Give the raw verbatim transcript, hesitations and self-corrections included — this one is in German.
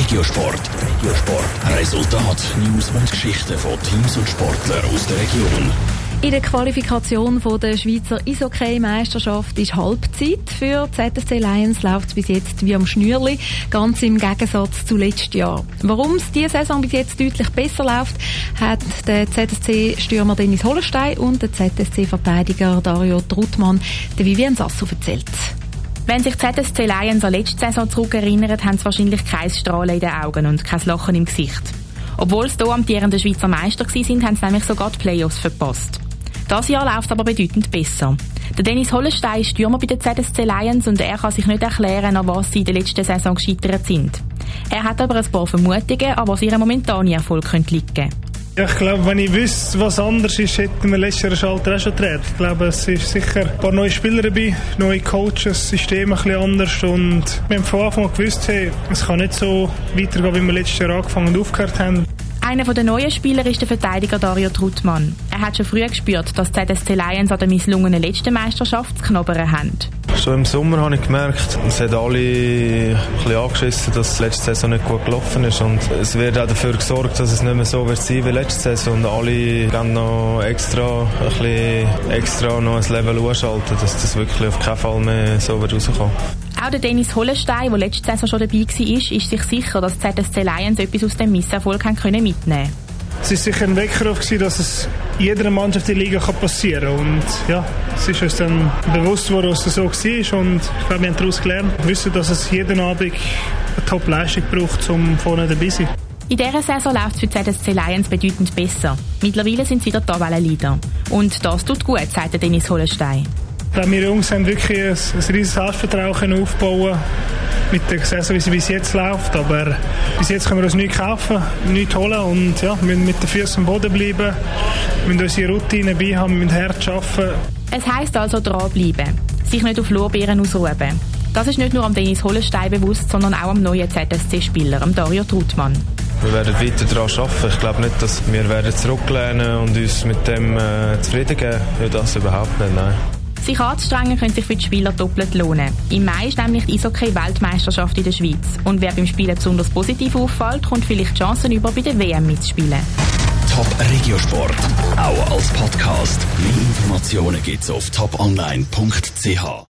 Regiosport. Regiosport. Resultat, News und Geschichten von Teams und Sportlern aus der Region. In der Qualifikation der Schweizer Eishockey-Meisterschaft ist Halbzeit. Für Z S C Lions läuft es bis jetzt wie am Schnürli, ganz im Gegensatz zu letztes Jahr. Warum es diese Saison bis jetzt deutlich besser läuft, hat der Z S C-Stürmer Dennis Hollenstein und der Z S C-Verteidiger Dario Trutmann der Vivian Sasso erzählt. Wenn sich Z S C Lions an letzte Saison zurückerinnern, haben sie wahrscheinlich kein Strahlen in den Augen und kein Lachen im Gesicht. Obwohl sie hier amtierende Schweizer Meister waren, haben sie nämlich sogar die Playoffs verpasst. Dieses Jahr läuft es aber bedeutend besser. Der Dennis Hollenstein ist Stürmer bei den Z S C Lions und er kann sich nicht erklären, an was sie in der letzten Saison gescheitert sind. Er hat aber ein paar Vermutungen, an was ihren momentanen Erfolg liegen könnte. Ja, ich glaube, wenn ich wüsste, was anders ist, hätten wir letztes Jahr Schalter auch schon gedreht. Ich glaube, es ist sicher ein paar neue Spieler dabei, neue Coaches, das System ein bisschen anders und wir haben von Anfang an gewusst, hey, es kann nicht so weitergehen, wie wir letztes Jahr angefangen und aufgehört haben. Einer der neuen Spieler ist der Verteidiger Dario Trutmann. Er hat schon früh gespürt, dass die Z S C Lions an der misslungenen letzten Meisterschaft zu knabbern haben. Schon im Sommer habe ich gemerkt, es hat alle ein bisschen angeschissen, dass die letzte Saison nicht gut gelaufen ist. Und es wird auch dafür gesorgt, dass es nicht mehr so wird sein wie letzte Saison. Und alle gehen noch extra, ein bisschen extra noch ein Level anschalten, dass das wirklich auf keinen Fall mehr so wird rauskommen. Auch der Dennis Hollenstein, der letzte Saison schon dabei war, ist, ist sich sicher, dass die Z S C Lions etwas aus dem Misserfolg mitnehmen können. Es war sicher ein Weckruf, dass es jeder Mannschaft in der Liga passieren kann. Und ja, es ist uns dann bewusst, warum es so war. Und ich glaube, wir haben daraus gelernt. Wir wissen, dass es jeden Abend eine Top-Leistung braucht, um vorne dabei zu sein. In dieser Saison läuft es für die Z S C Lions bedeutend besser. Mittlerweile sind sie wieder Tabellenleader. Und das tut gut, sagt Dennis Hollenstein. Ich glaube, wir Jungs haben wirklich ein, ein riesiges Selbstvertrauen aufbauen mit der Saison, wie sie bis jetzt läuft. Aber bis jetzt können wir uns nichts kaufen, nichts holen und ja, wir müssen mit den Füßen am Boden bleiben, wir müssen unsere Routine dabei haben, wir müssen hart arbeiten. Es heisst also dranbleiben, sich nicht auf Lorbeeren ausruhen. Das ist nicht nur am Dennis Hollenstein bewusst, sondern auch am neuen Z S C-Spieler, am Dario Trutmann. Wir werden weiter daran arbeiten. Ich glaube nicht, dass wir werden zurücklehnen und uns mit dem äh, zufrieden geben. Ja, das überhaupt nicht, nein. Sich anzustrengen könnte sich für die Spieler doppelt lohnen. Im Mai ist nämlich die Eishockey-Weltmeisterschaft in der Schweiz. Und wer beim Spielen besonders positiv auffällt, kommt vielleicht die Chancen über, bei der W M mitzuspielen. Top Regiosport, auch als Podcast. Mehr Informationen gibt's auf top online punkt c h.